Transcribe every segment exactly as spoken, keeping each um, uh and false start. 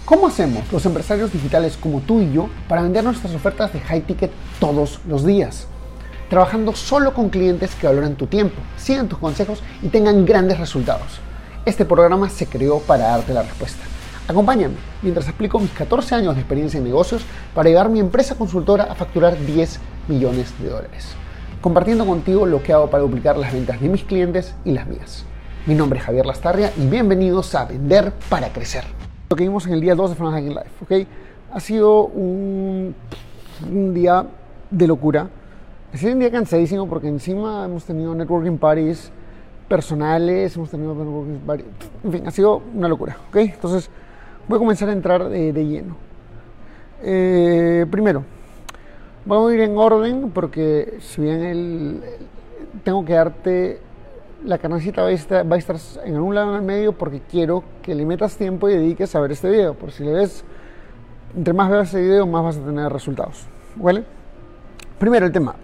¿Cómo hacemos los empresarios digitales como tú y yo para vender nuestras ofertas de high ticket todos los días? Trabajando solo con clientes que valoran tu tiempo, sigan tus consejos y tengan grandes resultados. Este programa se creó para darte la respuesta. Acompáñame mientras explico mis catorce años de experiencia en negocios para llevar mi empresa consultora a facturar diez millones de dólares. Compartiendo contigo lo que hago para duplicar las ventas de mis clientes y las mías. Mi nombre es Javier Lastarria y bienvenidos a Vender para Crecer. Lo que vimos en el día dos de Funnel Hacking Live, ¿ok? Ha sido un, un día de locura. Ha sido un día cansadísimo porque encima hemos tenido networking parties personales, hemos tenido networking parties, en fin, ha sido una locura, ¿ok? Entonces voy a comenzar a entrar de, de lleno. Eh, primero, vamos a ir en orden porque si bien el, tengo que darte... La carnecita va a, estar, va a estar en algún lado en el medio porque quiero que le metas tiempo y dediques a ver este video. Por si le ves, entre más veas ese video, más vas a tener resultados. ¿Vale? Primero el tema.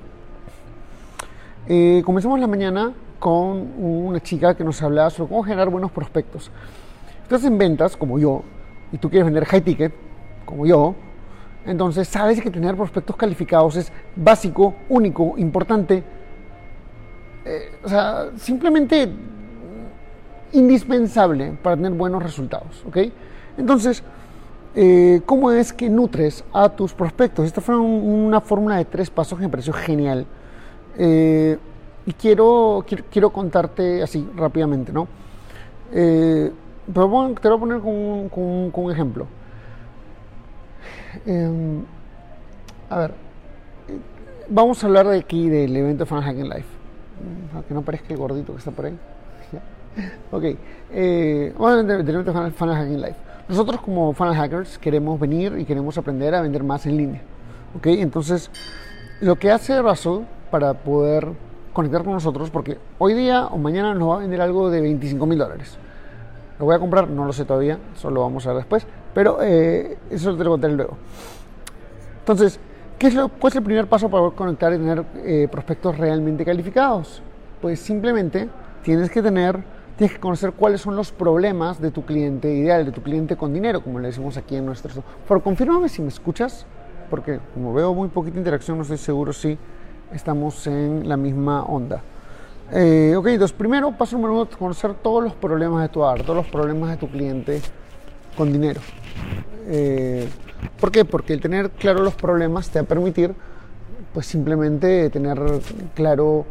Eh, comenzamos la mañana con una chica que nos hablaba sobre cómo generar buenos prospectos. Estás en ventas, como yo, y tú quieres vender high ticket, como yo, entonces sabes que tener prospectos calificados es básico, único, importante. Eh, o sea, simplemente indispensable para tener buenos resultados, ¿ok? Entonces, eh, ¿cómo es que nutres a tus prospectos? Esta fue un, una fórmula de tres pasos que me pareció genial. Eh, y quiero, quiero, quiero contarte así rápidamente, ¿no? Eh, pero bueno, te lo voy a poner con, con, con un ejemplo. Eh, a ver, eh, vamos a hablar de aquí del evento de Funnel Hacking Live. Que no parezca el gordito que está por ahí. Ok, eh, bueno, del evento de Funnel Hacking Live. Nosotros como Funnel Hackers queremos venir y queremos aprender a vender más en línea. Ok, entonces lo que hace Russell para poder conectar con nosotros, porque hoy día o mañana nos va a vender algo de veinticinco mil dólares. ¿Lo voy a comprar? No lo sé todavía, eso lo vamos a ver después, pero eh, eso te lo contaré luego. Entonces, ¿qué es lo, ¿cuál es el primer paso para poder conectar y tener eh, prospectos realmente calificados? Pues simplemente tienes que tener, tienes que conocer cuáles son los problemas de tu cliente ideal, de tu cliente con dinero, como le decimos aquí en nuestro... Por confírmame si me escuchas, porque como veo muy poquita interacción, no estoy seguro si estamos en la misma onda. Eh, ok, entonces primero, paso número uno, conocer todos los problemas de tu hogar, todos los problemas de tu cliente con dinero. Eh, ¿Por qué? Porque el tener claro los problemas te va a permitir pues simplemente tener claro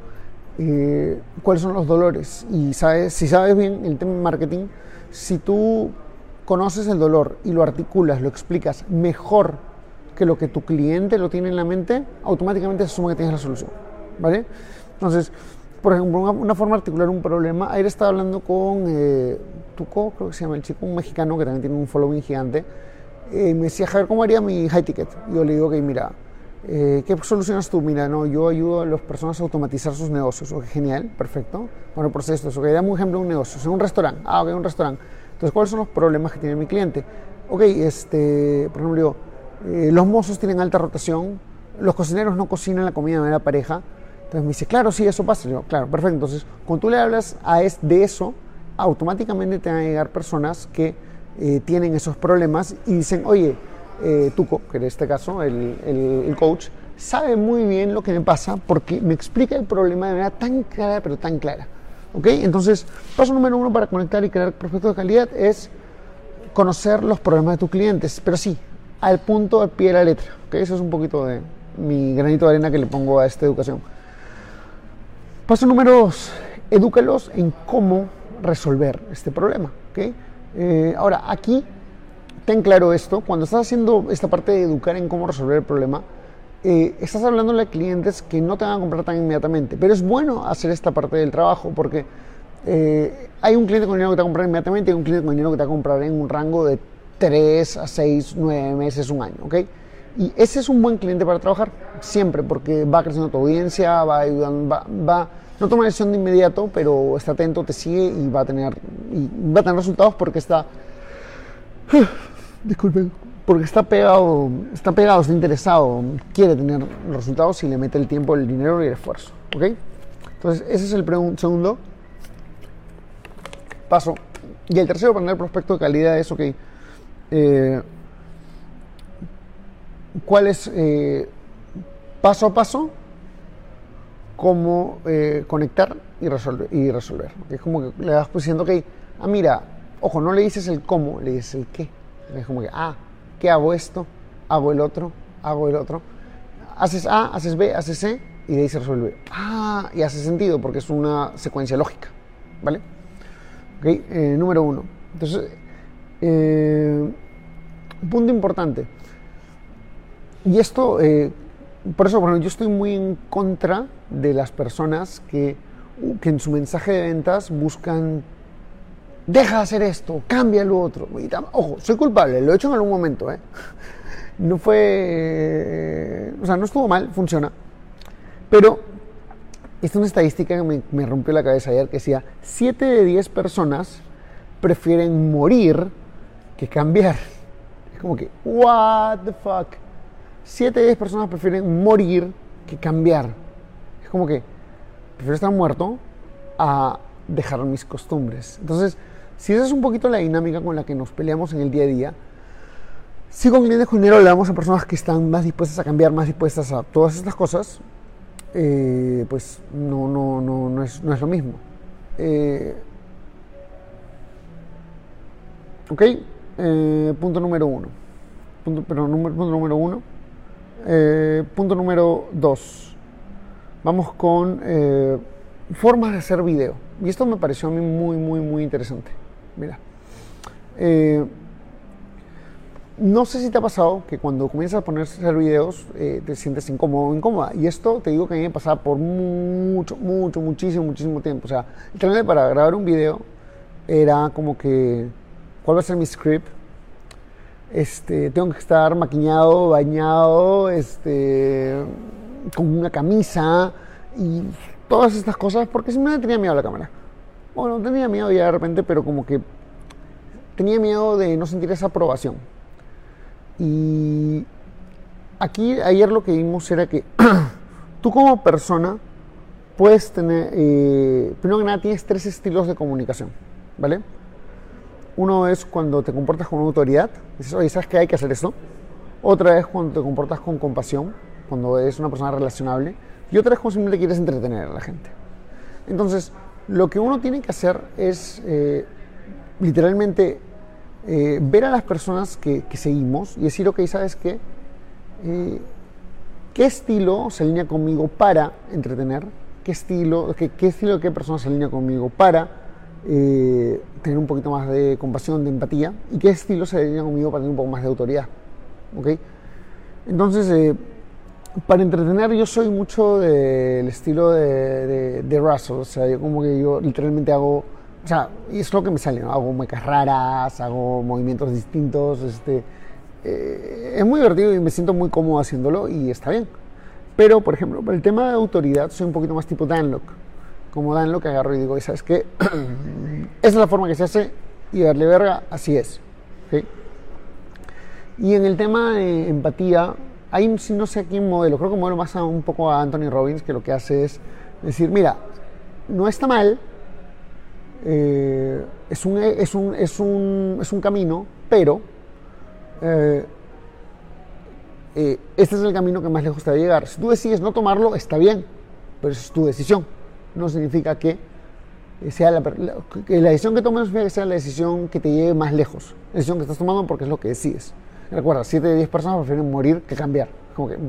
eh, cuáles son los dolores. Y sabes, si sabes bien el tema de marketing, si tú conoces el dolor y lo articulas, lo explicas mejor que lo que tu cliente lo tiene en la mente, automáticamente se asume que tienes la solución, ¿vale? Entonces, por ejemplo, una, una forma de articular un problema. Ayer estaba hablando con eh, Tuco, creo que se llama el chico, un mexicano que también tiene un following gigante. Eh, me decía, Javier, ¿cómo haría mi high ticket? Y yo le digo, ok, mira, eh, ¿qué solucionas tú? Mira, no, yo ayudo a las personas a automatizar sus negocios. Ok, genial, perfecto. Bueno, procesos. Ok, dame un ejemplo de un negocio. O sea, un restaurante. Ah, ok, un restaurante. Entonces, ¿cuáles son los problemas que tiene mi cliente? Ok, este, por ejemplo, digo, eh, los mozos tienen alta rotación, los cocineros no cocinan la comida de manera pareja. Entonces me dice, claro, sí, eso pasa. Yo, claro, perfecto. Entonces, cuando tú le hablas a es, de eso, automáticamente te van a llegar personas que eh, tienen esos problemas y dicen, oye, eh, Tuco, que en este caso, el, el, el coach, sabe muy bien lo que me pasa porque me explica el problema de manera tan clara, pero tan clara. ¿Ok? Entonces, paso número uno para conectar y crear prospectos de calidad es conocer los problemas de tus clientes, pero sí, al punto, al pie de la letra. ¿Ok? Eso es un poquito de mi granito de arena que le pongo a esta educación. Paso número dos, edúcalos en cómo resolver este problema. ¿Okay? Eh, ahora, aquí, ten claro esto, cuando estás haciendo esta parte de educar en cómo resolver el problema, eh, estás hablándole a clientes que no te van a comprar tan inmediatamente, pero es bueno hacer esta parte del trabajo porque eh, hay un cliente con dinero que te va a comprar inmediatamente y un cliente con dinero que te va a comprar en un rango de tres a seis, nueve meses, un año. ¿Okay? Y ese es un buen cliente para trabajar siempre porque va creciendo tu audiencia, va ayudando, va, va no toma decisión de inmediato, pero está atento, te sigue y va a tener, y va a tener resultados porque está, disculpen, porque está pegado, está pegado, está interesado, quiere tener resultados y le mete el tiempo, el dinero y el esfuerzo. ¿Ok? Entonces, ese es el segundo paso. Y el tercero para tener prospecto de calidad es, ok, eh, cuál es eh, paso a paso cómo eh, conectar y resolver. Y resolver. Es como que le vas pues diciendo, ok, ah, mira, ojo, no le dices el cómo, le dices el qué. Es como que, ah, ¿qué hago esto? Hago el otro, hago el otro. Haces A, haces B, haces C, y de ahí se resuelve. Ah, y hace sentido porque es una secuencia lógica, ¿vale? Ok, eh, número uno. Entonces, eh, punto importante. Y esto, eh, por eso, bueno, yo estoy muy en contra de las personas que, que en su mensaje de ventas buscan, deja de hacer esto, cambia lo otro. Y, ojo, soy culpable, lo he hecho en algún momento, ¿eh? No fue, eh, o sea, no estuvo mal, funciona. Pero esta es una estadística que me, me rompió la cabeza ayer, que decía, siete de diez personas prefieren morir que cambiar. Es como que, what the fuck. siete de diez personas prefieren morir que cambiar. Es como que, prefiero estar muerto a dejar mis costumbres. Entonces, si esa es un poquito la dinámica con la que nos peleamos en el día a día, si con clientes con dinero le damos a personas que están más dispuestas a cambiar, más dispuestas a todas estas cosas, eh, pues no, no, no, no, es, no es lo mismo. Eh, ok, eh, punto número uno. Punto, pero número, punto número uno. Eh, punto número dos. Vamos con eh, formas de hacer video. Y esto me pareció a mí muy, muy, muy interesante. Mira. Eh, No sé si te ha pasado que cuando comienzas a poner a hacer videos eh, te sientes incómodo o incómoda. Y esto te digo que a mí me pasaba por mucho, mucho, muchísimo, muchísimo tiempo. O sea, literalmente para grabar un video era como que, ¿cuál va a ser mi script? Este, tengo que estar maquillado, bañado, este, con una camisa y todas estas cosas porque simplemente tenía miedo a la cámara. Bueno, no tenía miedo ya de repente, pero como que tenía miedo de no sentir esa aprobación. Y aquí ayer lo que vimos era que tú como persona puedes tener, eh, primero que nada tienes tres estilos de comunicación, ¿vale? Uno es cuando te comportas con autoridad, dices, oye, ¿sabes qué? Hay que hacer esto. Otra es cuando te comportas con compasión, cuando eres una persona relacionable. Y otra es cuando simplemente quieres entretener a la gente. Entonces, lo que uno tiene que hacer es eh, literalmente Eh, ver a las personas que, que seguimos y decir, ok, ¿sabes qué? Eh, ¿Qué estilo se alinea conmigo para entretener? ¿Qué estilo, qué, qué estilo de qué persona se alinea conmigo para eh, tener un poquito más de compasión, de empatía? ¿Y qué estilo se alinea conmigo para tener un poco más de autoridad? ¿Ok? Entonces, eh, para entretener yo soy mucho del estilo de, de, de Russell, o sea, yo como que yo literalmente hago, o sea, y es lo que me sale, ¿no? Hago muecas raras, hago movimientos distintos, este, eh, es muy divertido y me siento muy cómodo haciéndolo y está bien. Pero, por ejemplo, para el tema de autoridad soy un poquito más tipo Danlock. Como Danlock agarro y digo, ¿sabes qué? Esa es la forma que se hace y darle verga, así es. ¿Okay? Y en el tema de empatía, ahí no sé a quién modelo, creo que modelo más a un poco a Anthony Robbins, que lo que hace es decir, mira, no está mal, Eh, es, un, es, un, es, un, es un camino, pero eh, eh, este es el camino que más lejos te va a llegar. Si tú decides no tomarlo, está bien, pero esa es tu decisión. No significa que sea la, la, que la decisión que tomes no significa que sea la decisión que te lleve más lejos. La decisión que estás tomando porque es lo que decides. Recuerda, siete de diez personas prefieren morir que cambiar. Como que,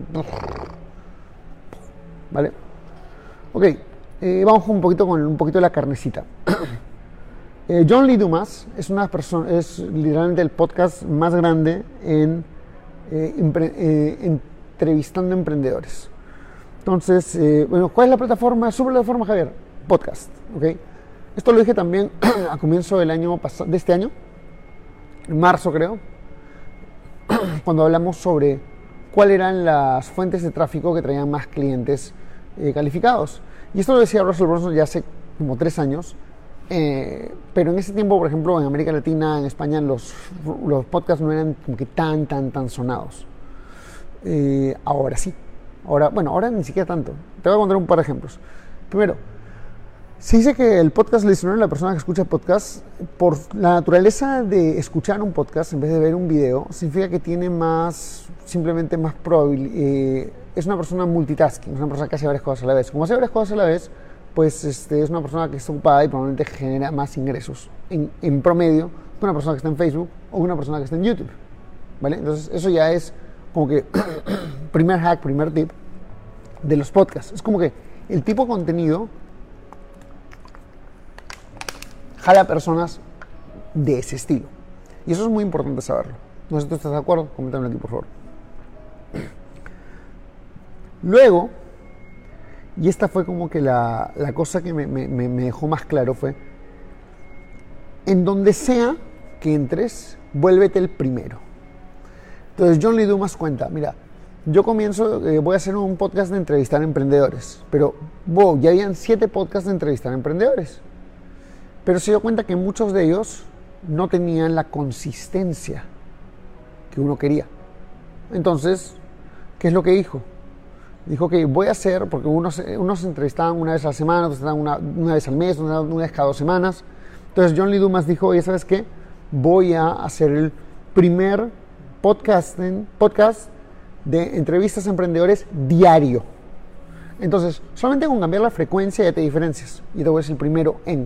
¿vale? Ok. Eh, vamos un poquito con un poquito de la carnecita. eh, John Lee Dumas es una persona, es literalmente el podcast más grande en eh, empre, eh, entrevistando emprendedores. Entonces, eh, bueno, ¿cuál es la plataforma? Su plataforma, Javier, podcast, ¿ok? Esto lo dije también a comienzo del año pasado, de este año, en marzo creo, cuando hablamos sobre cuáles eran las fuentes de tráfico que traían más clientes eh, calificados. Y esto lo decía Russell Brunson ya hace como tres años, eh, pero en ese tiempo, por ejemplo, en América Latina, en España, los, los podcasts no eran como que tan, tan, tan sonados. Eh, ahora sí. Ahora, bueno, ahora ni siquiera tanto. Te voy a contar un par de ejemplos. Primero, Se dice que el podcast listener, la persona que escucha podcast, por la naturaleza de escuchar un podcast en vez de ver un video, significa que tiene más, simplemente más probabilidad, eh, es una persona multitasking, es una persona que hace varias cosas a la vez. Como hace varias cosas a la vez, pues este, es una persona que está ocupada y probablemente genera más ingresos en, en promedio que una persona que está en Facebook o una persona que está en YouTube, ¿vale? Entonces eso ya es como que primer hack, primer tip de los podcasts. Es como que el tipo de contenido jala personas de ese estilo. Y eso es muy importante saberlo. No sé si tú estás de acuerdo, coméntame aquí por favor. Luego, y esta fue como que la, la cosa que me, me, me dejó más claro fue, en donde sea que entres, vuélvete el primero. Entonces John Lee Dumas cuenta, mira, yo comienzo, eh, voy a hacer un podcast de entrevistar a emprendedores, pero wow, ya habían siete podcasts de entrevistar a emprendedores. Pero se dio cuenta que muchos de ellos no tenían la consistencia que uno quería. Entonces, ¿qué es lo que dijo? Dijo que voy a hacer, porque unos, unos se entrevistaban una vez a la semana, otros estaban una, una vez al mes, una, una vez cada dos semanas. Entonces John Lee Dumas dijo, oye, ¿sabes qué? Voy a hacer el primer podcast, podcast de entrevistas a emprendedores diario. Entonces, solamente con cambiar la frecuencia ya te diferencias. Y te voy a decir el primero en...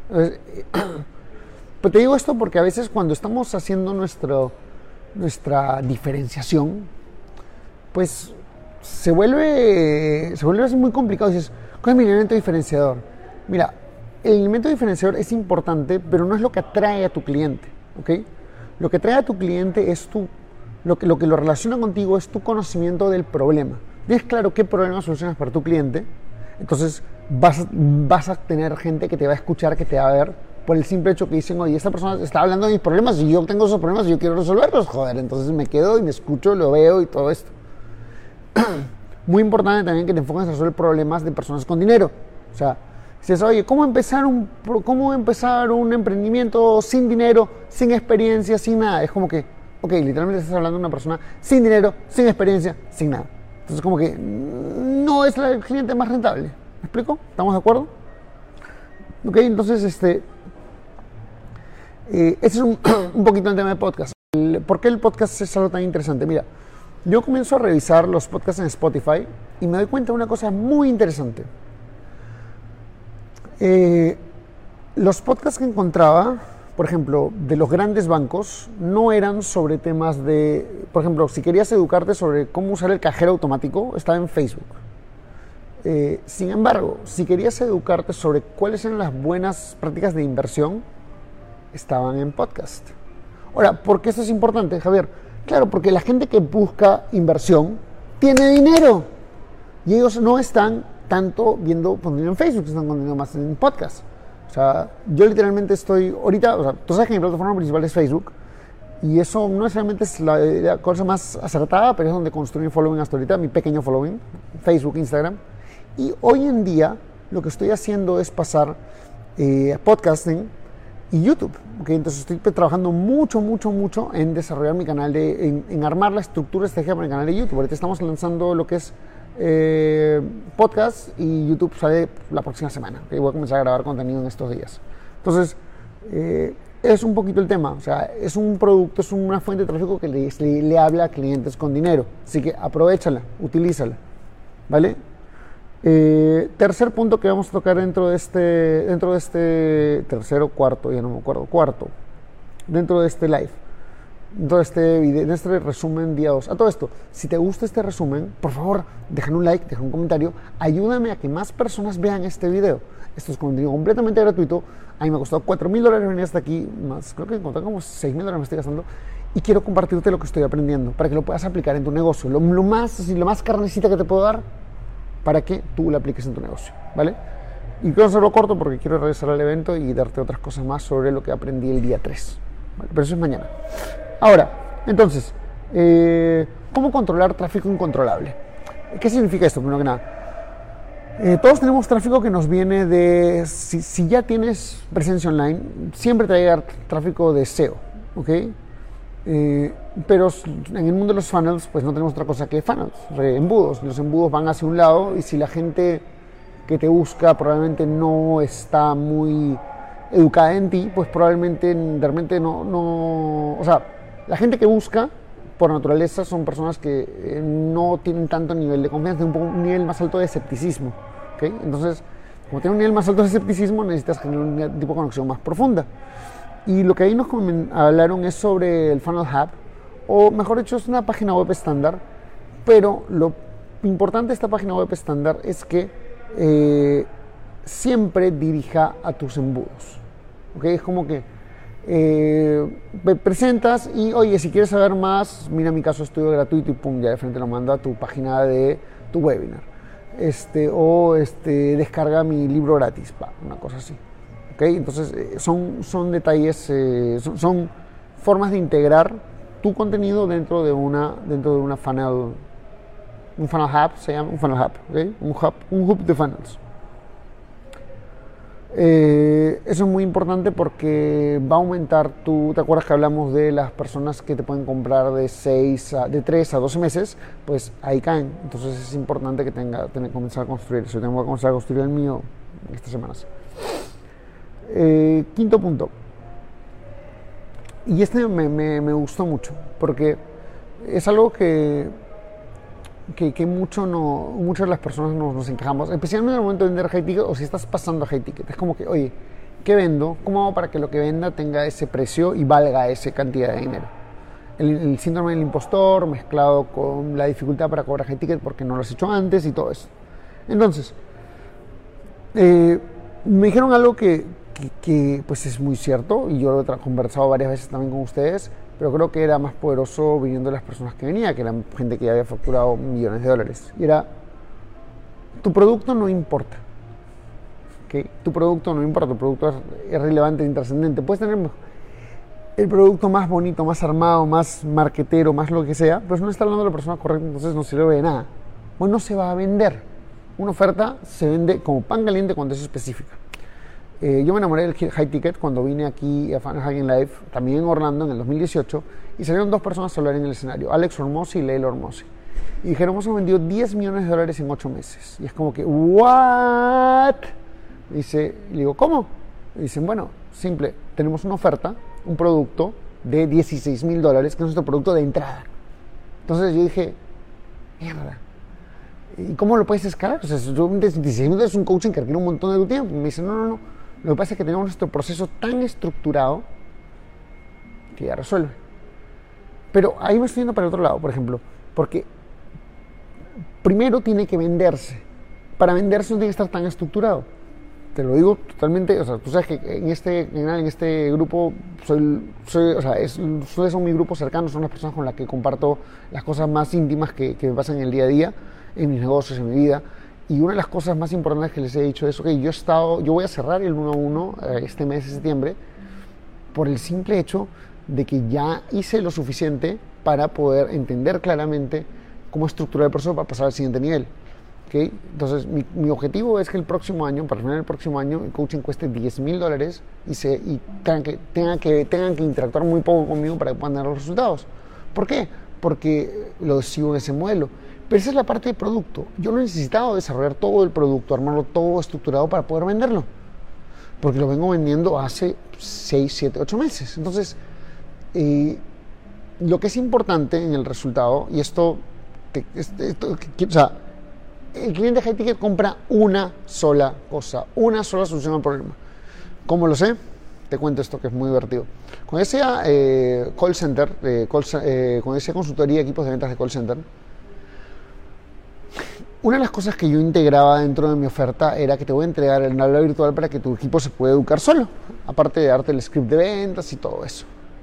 Pero te digo esto porque a veces cuando estamos haciendo nuestro, nuestra diferenciación, pues se vuelve, se vuelve así muy complicado. Dices, ¿cuál es mi elemento diferenciador? Mira, el elemento diferenciador es importante, pero no es lo que atrae a tu cliente, ¿ok? Lo que atrae a tu cliente es tu, lo que, lo que lo relaciona contigo es tu conocimiento del problema. ¿Tienes claro qué problema solucionas para tu cliente? Entonces vas, vas a tener gente que te va a escuchar, que te va a ver, por el simple hecho que dicen, oye, esta persona está hablando de mis problemas y yo tengo esos problemas y yo quiero resolverlos, joder. Entonces me quedo y me escucho, lo veo y todo esto. Muy importante también que te enfoques en resolver problemas de personas con dinero. O sea, si es, oye, ¿cómo empezar, un, ¿cómo empezar un emprendimiento sin dinero, sin experiencia, sin nada? Es como que, ok, literalmente estás hablando de una persona sin dinero, sin experiencia, sin nada. Entonces como que no es el cliente más rentable. ¿Me explico? ¿Estamos de acuerdo? Ok, entonces este... Eh, ese es un, un poquito el tema de podcast. El, ¿Por qué el podcast es algo tan interesante? Mira, yo comienzo a revisar los podcasts en Spotify y me doy cuenta de una cosa muy interesante. Eh, los podcasts que encontraba, por ejemplo, de los grandes bancos, no eran sobre temas de... Por ejemplo, si querías educarte sobre cómo usar el cajero automático, estaba en Facebook. Eh, sin embargo, si querías educarte sobre cuáles eran las buenas prácticas de inversión, estaban en podcast. Ahora, ¿por qué esto es importante, Javier? Claro, porque la gente que busca inversión tiene dinero y ellos no están tanto viendo contenido en Facebook, están contenido más en podcast. O sea, yo literalmente estoy ahorita, o sea, tú sabes que mi plataforma principal es Facebook y eso no necesariamente es la, la cosa más acertada, pero es donde construí mi following hasta ahorita, mi pequeño following, Facebook, Instagram. Y hoy en día lo que estoy haciendo es pasar eh, podcasting y YouTube, ¿okay? Entonces estoy trabajando mucho, mucho, mucho en desarrollar mi canal, de, en, en armar la estructura estratégica para el canal de YouTube. Ahorita estamos lanzando lo que es eh, podcast y YouTube sale la próxima semana, ¿okay? Voy a comenzar a grabar contenido en estos días. Entonces, eh, es un poquito el tema, o sea, es un producto, es una fuente de tráfico que le, le, le habla a clientes con dinero, así que aprovéchala, utilízala, ¿vale? Eh, tercer punto que vamos a tocar dentro de este, dentro de este tercero, cuarto, ya no me acuerdo, cuarto, dentro de este live, dentro de este video, de este resumen día dos. A todo esto, si te gusta este resumen, por favor, déjame un like, déjame un comentario, ayúdame a que más personas vean este video. Esto es contenido completamente gratuito. A mí me ha costado cuatro mil dólares venir hasta aquí, más creo que encontré como seis mil dólares me estoy gastando. Y quiero compartirte lo que estoy aprendiendo para que lo puedas aplicar en tu negocio. Lo, lo más, lo más carnecita que te puedo dar para que tú lo apliques en tu negocio, ¿vale? Y quiero hacerlo corto porque quiero regresar al evento y darte otras cosas más sobre lo que aprendí el día tres, ¿vale? Pero eso es mañana. Ahora, entonces, eh, ¿cómo controlar tráfico incontrolable? ¿Qué significa esto? Primero que nada, eh, todos tenemos tráfico que nos viene de... Si, si ya tienes presencia online, siempre te va a llegar tráfico de S E O, ¿ok? Eh, pero en el mundo de los funnels pues no tenemos otra cosa que funnels, embudos. Los embudos van hacia un lado y si la gente que te busca probablemente no está muy educada en ti, pues probablemente de repente no, no, o sea, la gente que busca por naturaleza son personas que eh, no tienen tanto nivel de confianza, un, poco, un nivel más alto de escepticismo, ¿okay? Entonces, como tiene un nivel más alto de escepticismo, necesitas generar un tipo de conexión más profunda. Y lo que ahí nos hablaron es sobre el Funnel Hub, o mejor dicho, es una página web estándar, pero lo importante de esta página web estándar es que eh, siempre dirija a tus embudos, ¿okay? Es como que eh, presentas y, oye, si quieres saber más, mira mi caso estudio gratuito y pum, ya de frente lo manda a tu página de tu webinar. Este, o este, descarga mi libro gratis, va, una cosa así. ¿Okay? Entonces, eh, son, son detalles, eh, son, son formas de integrar tu contenido dentro de una, dentro de una funnel, un funnel hub, se llama un funnel hub, ¿okay? un hub, un hub de funnels. Eh, eso es muy importante porque va a aumentar tu, ¿te acuerdas que hablamos de las personas que te pueden comprar de seis a, de tres a doce meses? Pues ahí caen. Entonces es importante que tenga, tenga comenzar a construir eso. Yo tengo que comenzar a construir el mío estas semanas. Eh, quinto punto. Y este me, me, me gustó mucho porque es algo que que, que mucho no, muchas de las personas nos, nos encajamos, especialmente en el momento de vender high ticket o si estás pasando a high ticket. Es como que, oye, ¿qué vendo? ¿Cómo hago para que lo que venda tenga ese precio y valga esa cantidad de dinero? El, el síndrome del impostor mezclado con la dificultad para cobrar high ticket porque no lo has hecho antes y todo eso. Entonces, eh, me dijeron algo que, que, que pues es muy cierto y yo lo he conversado varias veces también con ustedes, pero creo que era más poderoso viniendo de las personas que venía, que eran gente que ya había facturado millones de dólares. Y era, tu producto no importa. ¿Okay? Tu producto no importa, tu producto es, es relevante e intrascendente. Puedes tener el producto más bonito, más armado, más marquetero, más lo que sea, pero si no está hablando de la persona correcta, entonces no sirve de nada. Pues no se va a vender. Una oferta se vende como pan caliente cuando es específica. Eh, yo me enamoré del high ticket cuando vine aquí a Funnel Hacking Live, también en Orlando en el dos mil dieciocho, y salieron dos personas a hablar en el escenario, Alex Hormozi y Leila Hormozi. Y dijeron, hemos vendido diez millones de dólares en ocho meses. Y es como que, ¿what? Dice, y le digo, ¿cómo? Y dicen, bueno, simple, tenemos una oferta, un producto de dieciséis mil dólares, que es nuestro producto de entrada. Entonces yo dije, mierda, ¿y cómo lo puedes escalar? O sea, dieciséis mil dólares es un coaching que requiere un montón de tu tiempo. Y me dicen, no, no, no. Lo que pasa es que tenemos nuestro proceso tan estructurado que ya resuelve. Pero ahí me estoy yendo para el otro lado, por ejemplo, porque primero tiene que venderse. Para venderse no tiene que estar tan estructurado. Te lo digo totalmente, o sea, tú sabes que en este, en este grupo, soy, soy, o sea, es, ustedes son mi grupo cercano, son las personas con las que comparto las cosas más íntimas que, que me pasan en el día a día, en mis negocios, en mi vida. Y una de las cosas más importantes que les he dicho es, ok, yo, he estado, yo voy a cerrar el uno a uno eh, este mes de septiembre por el simple hecho de que ya hice lo suficiente para poder entender claramente cómo estructurar el proceso para pasar al siguiente nivel. ¿Okay? Entonces, mi, mi objetivo es que el próximo año, para final del próximo año, el coaching cueste diez mil dólares y, se, y tengan, que, tengan, que, tengan que interactuar muy poco conmigo para que puedan dar los resultados. ¿Por qué? Porque lo sigo en ese modelo. Pero esa es la parte de producto. Yo no he necesitado desarrollar todo el producto, armarlo todo estructurado para poder venderlo. Porque lo vengo vendiendo hace seis, siete, ocho meses. Entonces, eh, lo que es importante en el resultado, y esto, esto, esto o sea, el cliente high ticket compra una sola cosa, una sola solución al problema. ¿Cómo lo sé? Te cuento esto que es muy divertido. Cuando decía eh, call center, eh, call, eh, cuando decía consultoría, equipos de ventas de call center, una de las cosas que yo integraba dentro de mi oferta era que te voy a entregar el aula virtual para que tu equipo se pueda educar solo, aparte de darte el script de ventas y todo eso.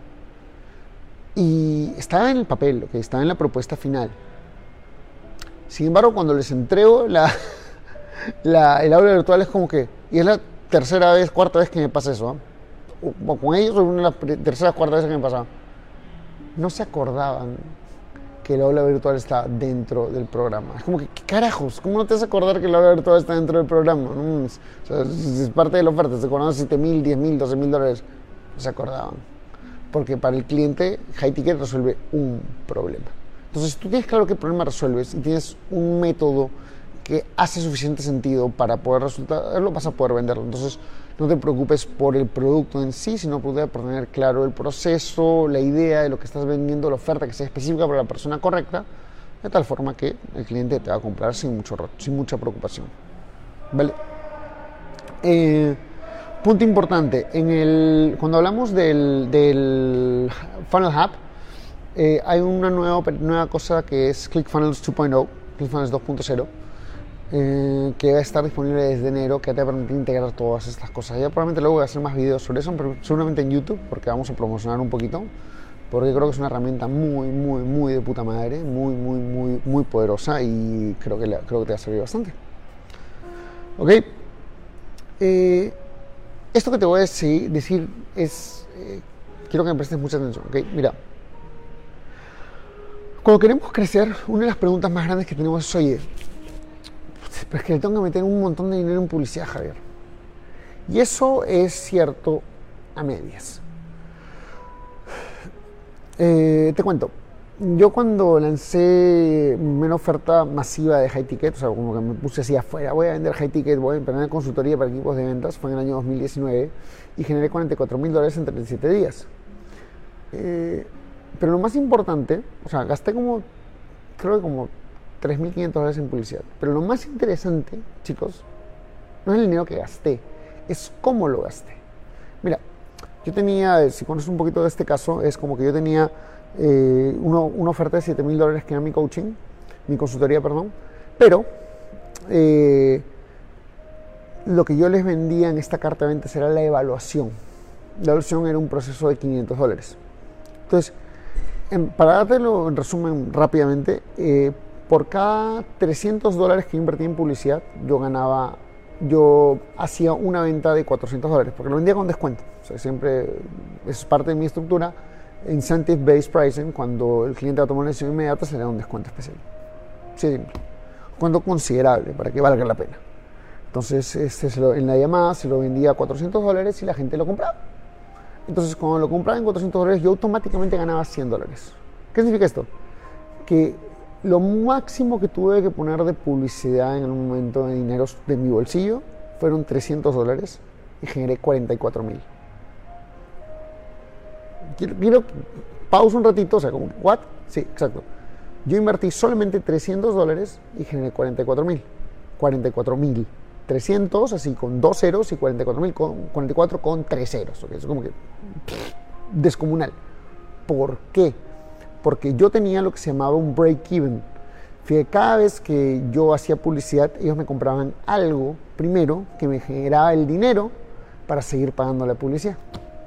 Y estaba en el papel, okay, estaba en la propuesta final. Sin embargo, cuando les entrego la, la, el aula virtual es como que, y es la tercera vez, cuarta vez que me pasa eso, ¿eh? o, o con ellos, o una de las terceras, cuarta vez que me pasaba, no se acordaban que el aula virtual está dentro del programa. Es como que, ¿qué carajos? ¿Cómo no te vas a acordar que el aula virtual está dentro del programa? No, o sea, es parte de la oferta, se acordaban siete mil, diez mil, doce mil dólares, no se acordaban. Porque para el cliente, high ticket resuelve un problema. Entonces, si tú tienes claro qué problema resuelves y tienes un método que hace suficiente sentido para poder resultarlo, vas a poder venderlo. Entonces, no te preocupes por el producto en sí, sino por tener claro el proceso, la idea de lo que estás vendiendo, la oferta que sea específica para la persona correcta, de tal forma que el cliente te va a comprar sin, mucho, sin mucha preocupación. ¿Vale? Eh, punto importante, en el, cuando hablamos del, del Funnel Hub, eh, hay una nueva, nueva cosa que es ClickFunnels dos punto cero, ClickFunnels dos punto cero, Eh, que va a estar disponible desde enero, que te va a permitir integrar todas estas cosas. Ya probablemente luego voy a hacer más videos sobre eso, pero seguramente en YouTube, porque vamos a promocionar un poquito, porque creo que es una herramienta muy, muy, muy de puta madre, muy, muy, muy, muy poderosa, y creo que, la, creo que te va a servir bastante. Ok, eh, esto que te voy a decir, decir es, eh, quiero que me prestes mucha atención. Ok, mira, cuando queremos crecer, una de las preguntas más grandes que tenemos es, oye, pero es que le tengo que meter un montón de dinero en publicidad, Javier. Y eso es cierto a medias. Eh, te cuento, yo cuando lancé una oferta masiva de high ticket, o sea, como que me puse así afuera, voy a vender high ticket, voy a emprender consultoría para equipos de ventas, fue en el año dos mil diecinueve, y generé cuarenta y cuatro mil dólares en treinta y siete días. Eh, pero lo más importante, o sea, gasté como, creo que como tres mil quinientos dólares en publicidad. Pero lo más interesante, chicos, no es el dinero que gasté, es cómo lo gasté. Mira, yo tenía, si conoces un poquito de este caso, es como que yo tenía eh, uno, una oferta de siete mil dólares que era mi coaching, mi consultoría, perdón, pero eh, lo que yo les vendía en esta carta de ventas era la evaluación. La evaluación era un proceso de quinientos dólares. Entonces, en, para dártelo en resumen rápidamente, eh, por cada trescientos dólares que invertí en publicidad, yo ganaba, yo hacía una venta de cuatrocientos dólares, porque lo vendía con descuento. O sea, siempre es parte de mi estructura, incentive based pricing. Cuando el cliente va a tomar una decisión inmediata, se le da un descuento especial. Sí, simple. Un descuento considerable para que valga la pena. Entonces, este, se lo, en la llamada se lo vendía a cuatrocientos dólares y la gente lo compraba. Entonces, cuando lo compraba en cuatrocientos dólares, yo automáticamente ganaba cien dólares. ¿Qué significa esto? Que lo máximo que tuve que poner de publicidad en un momento de dinero de mi bolsillo fueron trescientos dólares y generé cuarenta y cuatro mil. Quiero, quiero pausa un ratito, o sea, como, ¿what? Sí, exacto. Yo invertí solamente trescientos dólares y generé cuarenta y cuatro mil. cuarenta y cuatro mil. trescientos, así con dos ceros, y cuarenta y cuatro mil con cuarenta y cuatro con tres ceros. ¿Okay? Eso es como que pff, descomunal. ¿Por qué? Porque yo tenía lo que se llamaba un break-even. Fíjate, cada vez que yo hacía publicidad, ellos me compraban algo primero que me generaba el dinero para seguir pagando la publicidad.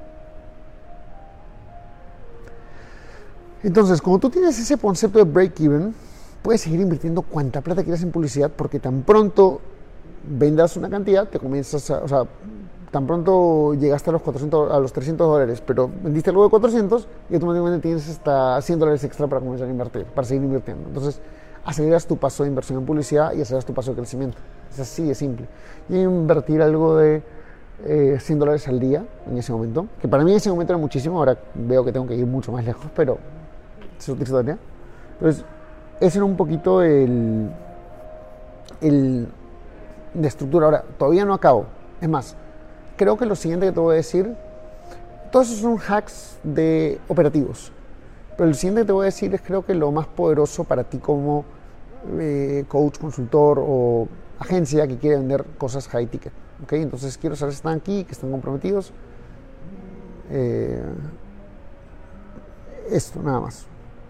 Entonces, cuando tú tienes ese concepto de break-even, puedes seguir invirtiendo cuanta plata quieras en publicidad, porque tan pronto vendas una cantidad, te comienzas a, o sea, tan pronto llegaste a los cuatrocientos, a los trescientos dólares, pero vendiste algo de cuatrocientos y automáticamente tienes hasta cien dólares extra para comenzar a invertir, para seguir invirtiendo. Entonces, aceleras tu paso de inversión en publicidad y aceleras tu paso de crecimiento. Es así de simple. Y invertir algo de eh, cien dólares al día en ese momento, que para mí en ese momento era muchísimo, ahora veo que tengo que ir mucho más lejos, pero es otra historia. Entonces, ese era un poquito el, el de estructura. Ahora, todavía no acabo. Es más, creo que lo siguiente que te voy a decir, todos esos son hacks de operativos, pero el siguiente que te voy a decir es creo que lo más poderoso para ti como eh, coach, consultor o agencia que quiere vender cosas high ticket. ¿Okay? Entonces quiero saber si están aquí, que están comprometidos. Eh, esto, nada más.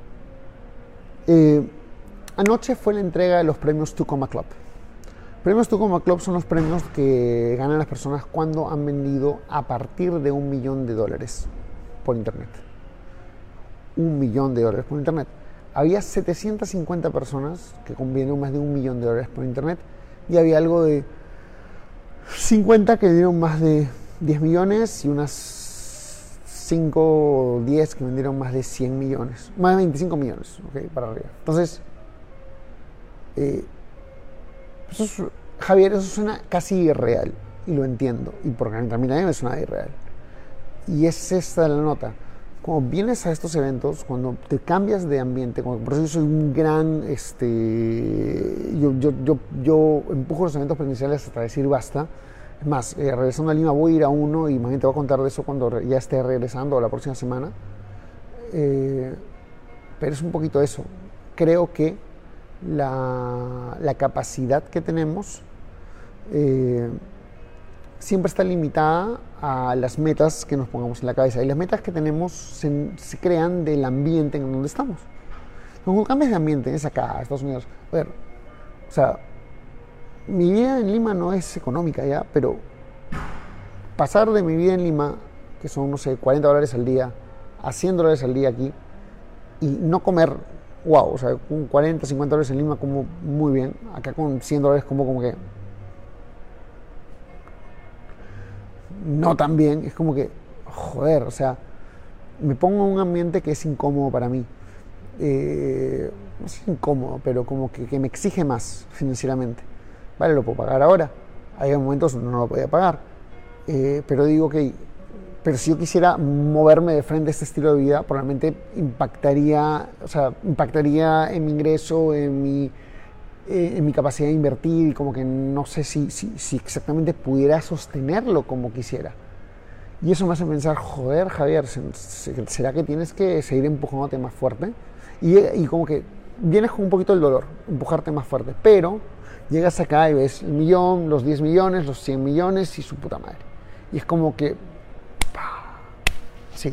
Eh, anoche fue la entrega de los premios Tucoma Club. Premios Tucoma Club son los premios que ganan las personas cuando han vendido a partir de un millón de dólares por internet. Un millón de dólares por internet. Había setecientas cincuenta personas que vendieron más de un millón de dólares por internet y había algo de cincuenta que vendieron más de diez millones y unas cinco o diez que vendieron más de cien millones, más de veinticinco millones, ¿okay? Para arriba. Entonces, eh, Eso es, Javier, eso suena casi irreal, y lo entiendo, y porque a mí también me suena irreal. Y es esta la nota. cuando vienes a estos eventos, cuando te cambias de ambiente, cuando, por eso yo soy un gran, este, yo, yo, yo, yo empujo los eventos presenciales hasta decir basta. Es más, eh, regresando a Lima voy a ir a uno y más bien te voy a contar de eso cuando ya esté regresando la próxima semana. Eh, pero es un poquito eso. Creo que la, la capacidad que tenemos eh, siempre está limitada a las metas que nos pongamos en la cabeza. Y las metas que tenemos se, se crean del ambiente en donde estamos. Cuando cambias de ambiente, es acá, Estados Unidos. A ver, o sea, mi vida en Lima no es económica ya, pero pasar de mi vida en Lima, que son, no sé, cuarenta dólares al día, a cien dólares al día aquí, y no comer, wow, o sea, con cuarenta, cincuenta dólares en Lima como muy bien, acá con cien dólares como como que no tan bien, es como que, joder, o sea, me pongo en un ambiente que es incómodo para mí. Eh, no es incómodo, pero como que, que me exige más financieramente. Vale, lo puedo pagar ahora. Hay momentos donde no lo podía pagar. Eh, pero digo que, pero si yo quisiera moverme de frente a este estilo de vida, probablemente impactaría, o sea, impactaría en mi ingreso, en mi, eh, en mi capacidad de invertir, y como que no sé si, si, si exactamente pudiera sostenerlo como quisiera. Y eso me hace pensar, joder, Javier, ¿será que tienes que seguir empujándote más fuerte? Y, y como que vienes con un poquito el dolor, empujarte más fuerte, pero llegas acá y ves el millón, los diez millones, los cien millones y su puta madre. Y es como que, sí,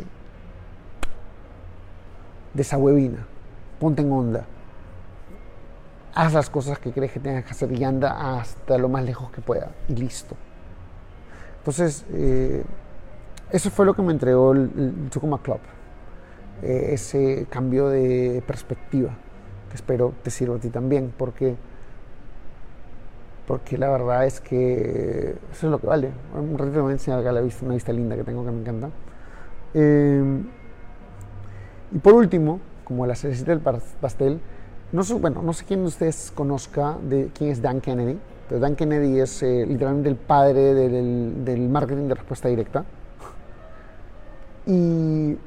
desahuevina, ponte en onda, haz las cosas que crees que tengas que hacer y anda hasta lo más lejos que pueda y listo. Entonces, eh, eso fue lo que me entregó el, el Tucumán Club, eh, ese cambio de perspectiva que espero te sirva a ti también, porque porque la verdad es que eso es lo que vale. Un ratito me voy a enseñar acá la vista, una vista linda que tengo que me encanta. Eh, y por último, como la cerecita del pastel, no sé, bueno, no sé quién de ustedes conozca de quién es Dan Kennedy, pero Dan Kennedy es eh, literalmente el padre del, del marketing de respuesta directa. Y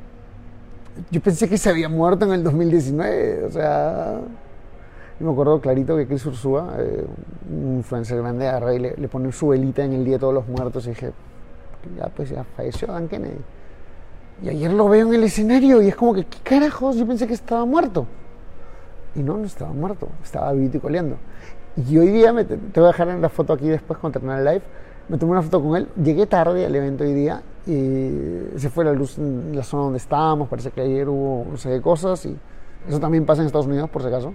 yo pensé que se había muerto en el dos mil diecinueve, o sea, yo me acuerdo clarito que Chris Ursúa, eh, un influencer grande, agarra y le, le pone su velita en el Día de Todos los Muertos, y dije, ya pues ya falleció Dan Kennedy. Y ayer lo veo en el escenario y es como que, ¿qué carajos? Yo pensé que estaba muerto. Y no, no estaba muerto, estaba vivito y coleando. Y hoy día, me, te voy a dejar en la foto aquí después cuando termine el live, me tomé una foto con él, llegué tarde al evento hoy día y se fue la luz en la zona donde estábamos, parece que ayer hubo no sé qué cosas, y eso también pasa en Estados Unidos por si acaso.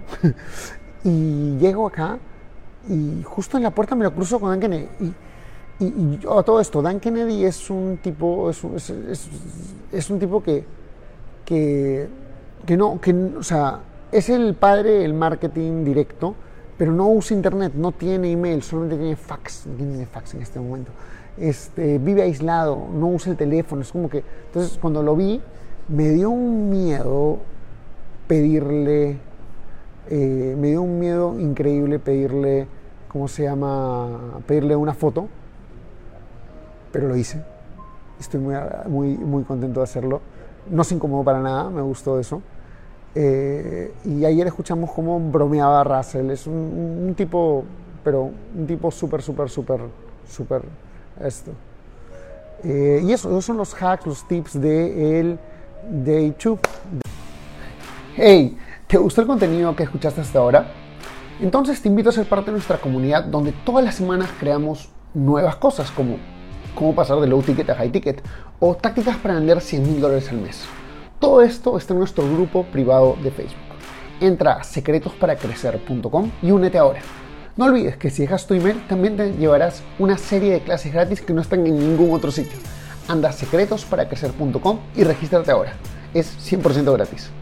Y llego acá y justo en la puerta me lo cruzo con Dan Kennedy. Y, y, y yo, a todo esto, Dan Kennedy es un tipo, es, es, es, es un tipo que, que, que no, que, o sea, es el padre del marketing directo, pero no usa internet, no tiene email, solamente tiene fax, no tiene fax en este momento. Este, vive aislado, no usa el teléfono, es como que, entonces cuando lo vi, me dio un miedo pedirle, eh, me dio un miedo increíble pedirle, ¿cómo se llama? Pedirle una foto, pero lo hice. Estoy muy, muy, muy contento de hacerlo. No se incomodó para nada, me gustó eso. Eh, y ayer escuchamos cómo bromeaba Russell. Es un, un, un tipo, pero un tipo súper, súper, súper, súper esto. Eh, y eso, esos son los hacks, los tips de el Day dos. Hey, ¿te gustó el contenido que escuchaste hasta ahora? Entonces te invito a ser parte de nuestra comunidad, donde todas las semanas creamos nuevas cosas, como cómo pasar de low ticket a high ticket, o tácticas para vender cien mil dólares al mes. Todo esto está en nuestro grupo privado de Facebook. Entra a secretos para crecer punto com y únete ahora. No olvides que si dejas tu email, también te llevarás una serie de clases gratis que no están en ningún otro sitio. Anda a secretos para crecer punto com y regístrate ahora. Es cien por ciento gratis.